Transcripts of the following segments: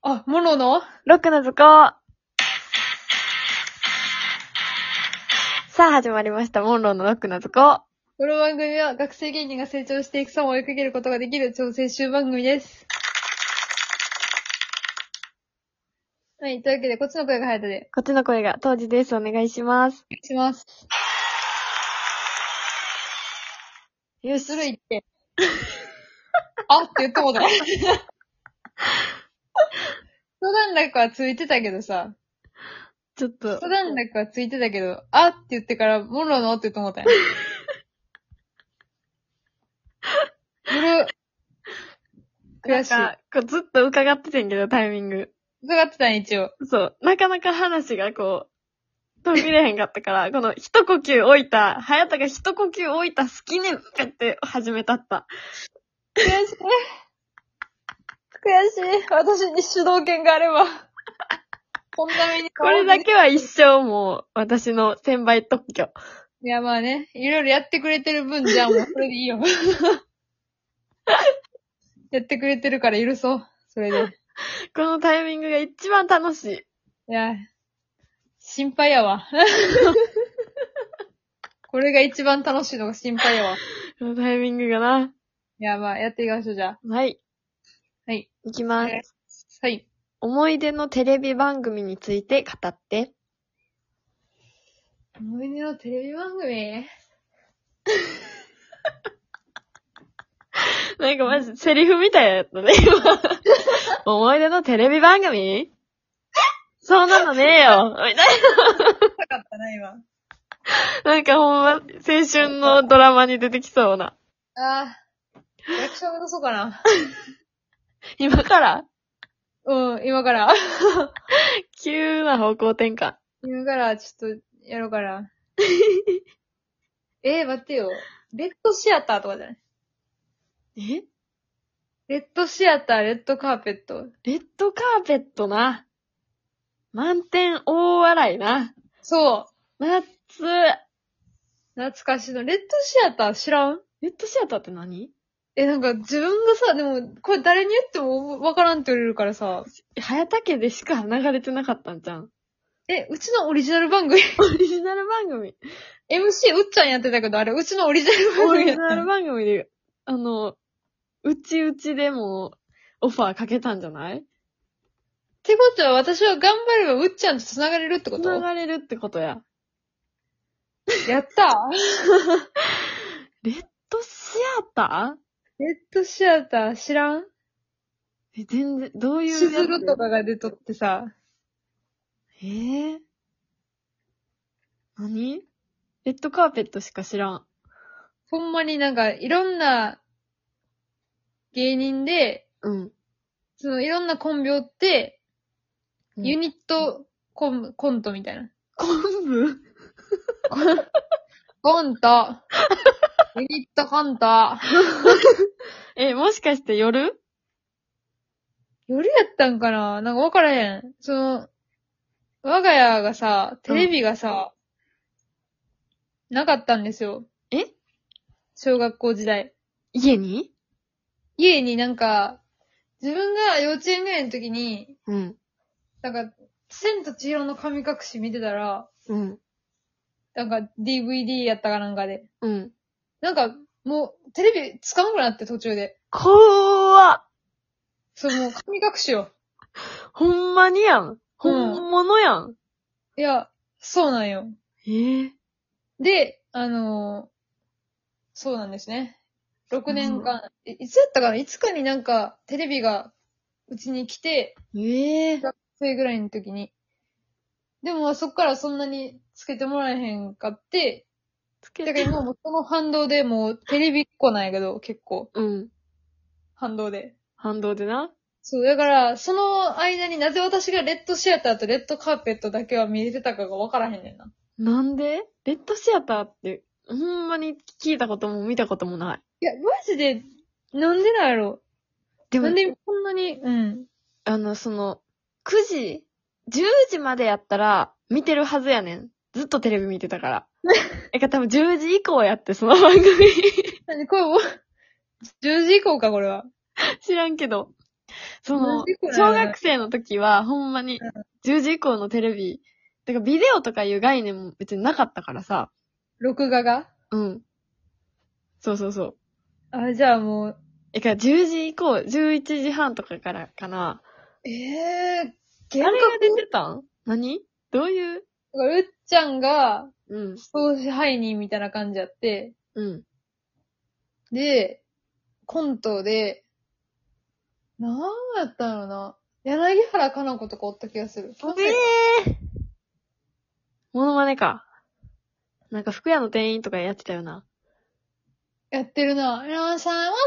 あ、モノのロックの図工。さあ始まりました。モンローのロックの図工。 この番組は学生芸人が成長していく様を追いかけることができる超青春番組です。はい、というわけで、こっちの声が早田で。 こっちの声が当時です。お願いします。 お願いします。 よし。 ずるいって。あって言ったことない。一段落はついてたけどさ。 ちょっと。 一段落はついてたけど、あって言ってから、モノのって言って思ったんや。ずる。悔しい。 こうずっと伺っててんけど、タイミング。 伺ってたん一応。 そう。なかなか話がこう、途切れへんかったから、この一呼吸置いた、早田が一呼吸置いた好きねって始めたった。 悔しい。悔しい。私に主導権があれば。こんな目に。 これだけは一生もう、私の1000倍特許。 いや、まあね、いろいろやってくれてる分じゃあもうそれでいいよ。やってくれてるから許そう。それで。 このタイミングが一番楽しい。 いや、心配やわ。これが一番楽しいのが心配やわ。 このタイミングがな。 いや、まあ、やっていきましょう、じゃあ。 はい。 はい。 いきます。 はい。 思い出のテレビ番組について語って。 思い出のテレビ番組なんかマジセリフみたいやったね、今。思い出のテレビ番組そんなのねえよみたいなかったな、今。 な。なんかほんま、青春のドラマに出てきそうな。 あー。役者戻そうかな。 今からうん、今から。 急な方向転換。 今からちょっとやろうかな。待ってよ。レッドシアターとかじゃないえレッドシアター、レッドカーペット。 レッドカーペットな。満点大笑いな。 そう。 夏。 懐かしいの。レッドシアター知らんレッドシアターって何なんか自分がさ、でも、これ誰に言ってもわからんって言われるからさ。 早田家でしか流れてなかったんじゃん。 うちのオリジナル番組。 オリジナル番組。 MC うっちゃんやってたけど、あれ、うちのオリジナル番オ組やった。 リジナル番組で、うちでもオファーかけたんじゃないってことは私は頑張ればうっちゃんと繋がれるってこと繋がれるってことや。 やったレッドシアタレッドシアター知らん全然、どういうしずるとかが出とってさ。 何レッドカーペットしか知らん。 ほんまになんか、いろんな芸人で、 うん。 そのいろんなコンビをって、 うんユニットコントみたいな。 昆布コント。ユニットコント。 もしかして夜夜やったんかななんかわからへん。我が家がさ、テレビがさ、なかったんですよ。 え小学校時代。 家に家になんか、自分が幼稚園ぐらいの時に、 うん。 なんか、千と千尋の神隠し見てたら、 うん。 なんか DVD やったかなんかで。 うん。 なんか、もう、テレビ使わんくなって途中で。 怖っそう、もう神隠しよ。 ほんまにやん。本物やん。 いや、そうなんよ。で、そうなんですね。6年間、いつやったかないつかになんか、テレビが、うちに来て、学生ぐらいの時に。でも、そっからそんなにつけてもらえへんかって、だから今もうその反動でもうテレビっ子なんやけど、結構。 うん。 反動で。 反動でな。 そう、だから、その間になぜ私がレッドシアターとレッドカーペットだけは見れてたかがわからへんねんな。 なんでレッドシアターって、ほんまに聞いたことも見たこともない。 いや、マジで、なんでなんやろ。 でも、 なんでこんなに、うん。 9時、10時までやったら見てるはずやねん。ずっとテレビ見てたから。多分10時以降やって、その番組。 何これもう、10時以降か、これは。 知らんけど。 小学生の時は、ほんまに、10時以降のテレビ、てかビデオとかいう概念も別になかったからさ。 録画がうん。そうそうそう。 あ、じゃあもう。 から10時以降、11時半とかからかな。 あれが出てたん？何？どういう？ うっちゃんが、 うん。 総支配人みたいな感じやって、 うん。 で、コントで、なんやったのな。柳原かな子とかおった気がする。 モノマネか。なんか服屋の店員とかやってたよな。 やってるな。いらっしゃいま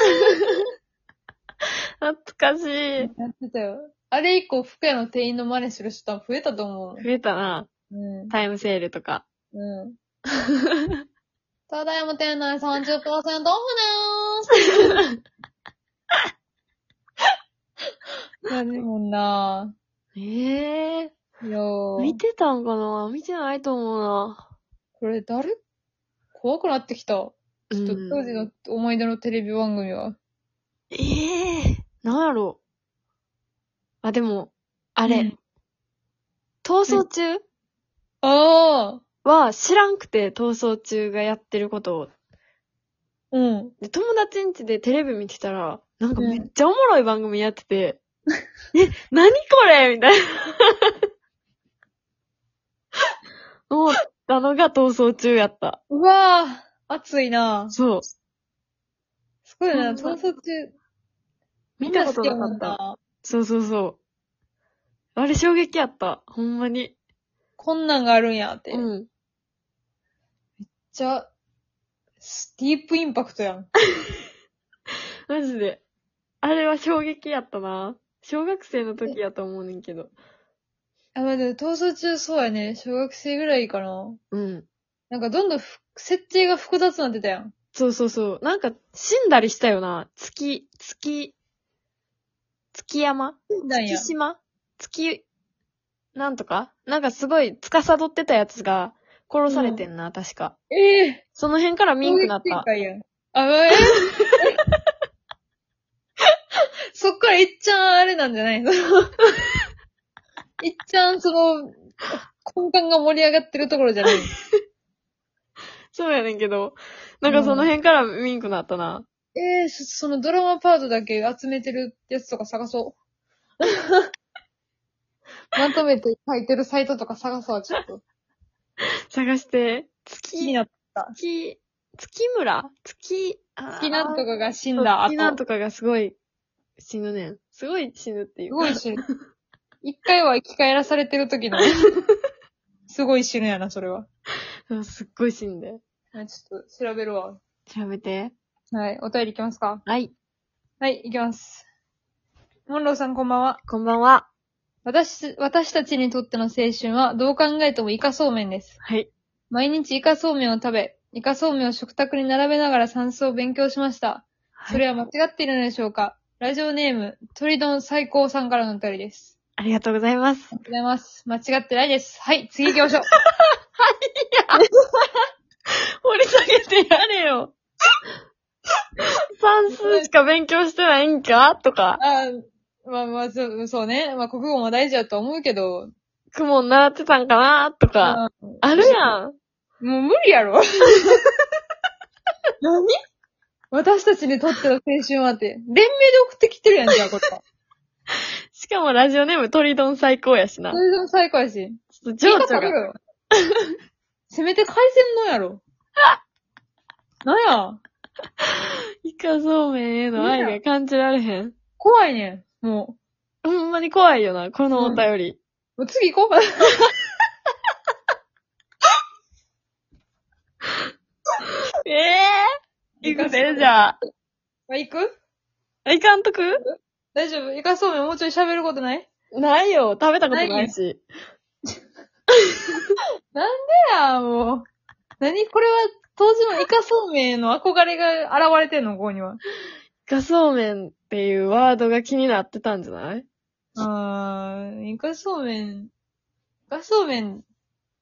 懐かしせい。 やってたよ。あれ以降、服屋の店員の真似する人多分増えたと思う。 増えたな。 うん。 タイムセールとか。 うん。ただいま店内30%オフでーす。何もんなええいやー。 見てたんかな？見てないと思うな。 これ怖くなってきた。ちょっと当時の思い出のテレビ番組は。 なんやろ。あ、でも、あれ、 うん、 逃走中ああ。 は知らんくて、逃走中がやってることを。 うん。 で、友達ん家でテレビ見てたら、なんかめっちゃおもろい番組やってて、何これみたいな。思ったのが逃走中やった。 うわぁ、熱いなそう。 すごいな、逃走中。 見たことなかった。そうそうそう。あれ衝撃やった。ほんまに。 こんなんがあるんやって。 うん。 じゃあ、ディープインパクトやん。 マジで。あれは衝撃やったな。小学生の時やと思うねんけど。 あ、まあ、でも逃走中そうやね。小学生ぐらいかな。 うん。 なんかどんどん設定が複雑になってたやん。 そうそうそう。なんか死んだりしたよな。月山なんや。 月島なんとかなんかすごい司ってたやつが殺されてんな、確か。 ええその辺からミンクなった。 やん。あ、そっからいっちゃんあれなんじゃないのいっちゃん根幹が盛り上がってるところじゃない。 そうやねんけど、なんかその辺からミンクなったな。 そのドラマパートだけ集めてるやつとか探そう。まとめて書いてるサイトとか探そう、ちょっと。 探して。 気になった。 月なんとかが死んだ後。 月なんとかがすごい死ぬねん。すごい死ぬっていうすごい死ぬ。一回は生き返らされてる時の、すごい死ぬやな、それは。 すっごい死んで。 ちょっと調べるわ。 調べて。 はい。お便りいきますか？ はい。 はい、いきます。モンローさんこんばんは。 こんばんは。 私たちにとっての青春はどう考えてもイカそうめんです。 はい。 毎日イカそうめんを食べ、イカそうめんを食卓に並べながら算数を勉強しました。 はい、 それは間違っているのでしょうか？ラジオネーム、鳥丼最高さんからのお便りです。 ありがとうございます。 ありがとうございます。間違ってないです。はい、次行きましょう。 掘り下げてやれよ。算数しか勉強してないんかとか。 まあ、そうね。まあ、国語も大事だと思うけど。 雲習ってたんかなとか。あるやん。 もう無理やろ。何私たちにとっての青春はって。連名で送ってきてるやん、じゃあ、これは。 しかもラジオネーム鳥丼最高やしな。 それでも最高やし。 ちょっと情緒が。 せめて海鮮のやろ。なんや。 イカそうめんへの愛が感じられへん。 怖いねん。もう。ほんまに怖いよな、このお便り。 もう次行こう。 行くで、じゃあ。 行く？ 行かんとく？ 大丈夫？イカそうめんもうちょい喋ることない？ ないよ、食べたことないし。 なんでや、もう。何これは、当時のイカそうめんの憧れが現れてんのここには。 イカそうめんっていうワードが気になってたんじゃない？ イカそうめん、イカそうめん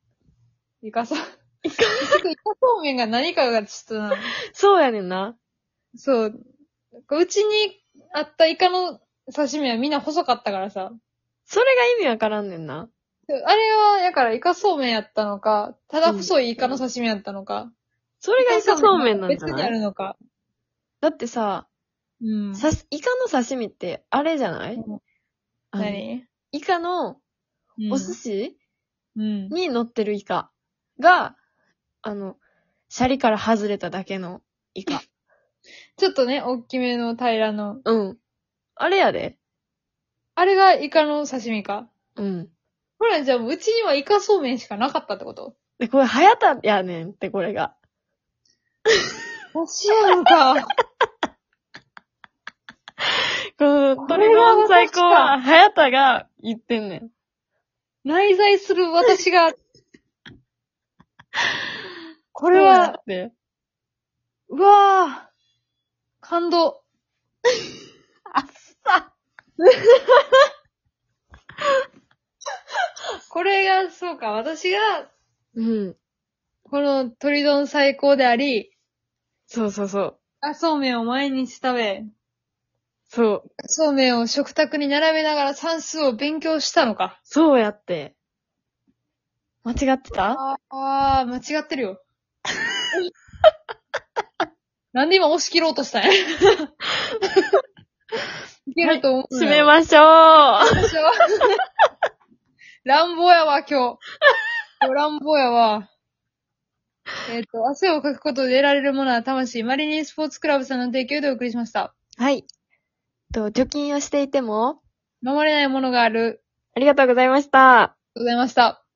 が何かがちょっとな。 そうやねんな。 そう。うちにあったイカの刺身はみんな細かったからさ。 それが意味わからんねんな。 あれは、やからイカそうめんやったのか、ただ細いイカの刺身やったのか。 それがイカそうめんなんじゃ別にない？ あるのか。 だってさ、 うん。 イカの刺身ってあれじゃない？ 何？ イカのお寿司司にに乗ってるイカが、シャリから外れただけのイカ。 ちょっとね、大きめの平らの。 うん。あれやで。 あれがイカの刺身か。 うん。 ほら、じゃあうちにはイカそうめんしかなかったってこと？ で、これ、はやたやねんって、これが。 私やんか。 この、鳥の最高は、はやたが言ってんねん。 内在する私が。これは、うわぁ。感動。 あっさ。 これが、そうか、私が、 うん。 この鳥丼最高であり、 そうそうそう。 そうめんを毎日食べ、 そう。 そうめんを食卓に並べながら算数を勉強したのか。 そうやって。間違ってた？ 間違ってるよ。なんで今押し切ろうとしたんや。いけると思うよ。 締めましょう。 乱暴やわ、今日。乱暴やわ。汗をかくことで得られるものは魂、マリニースポーツクラブさんの提供でお送りしました。 はい。除菌をしていても、 守れないものがある。 ありがとうございました。 ありがとうございました。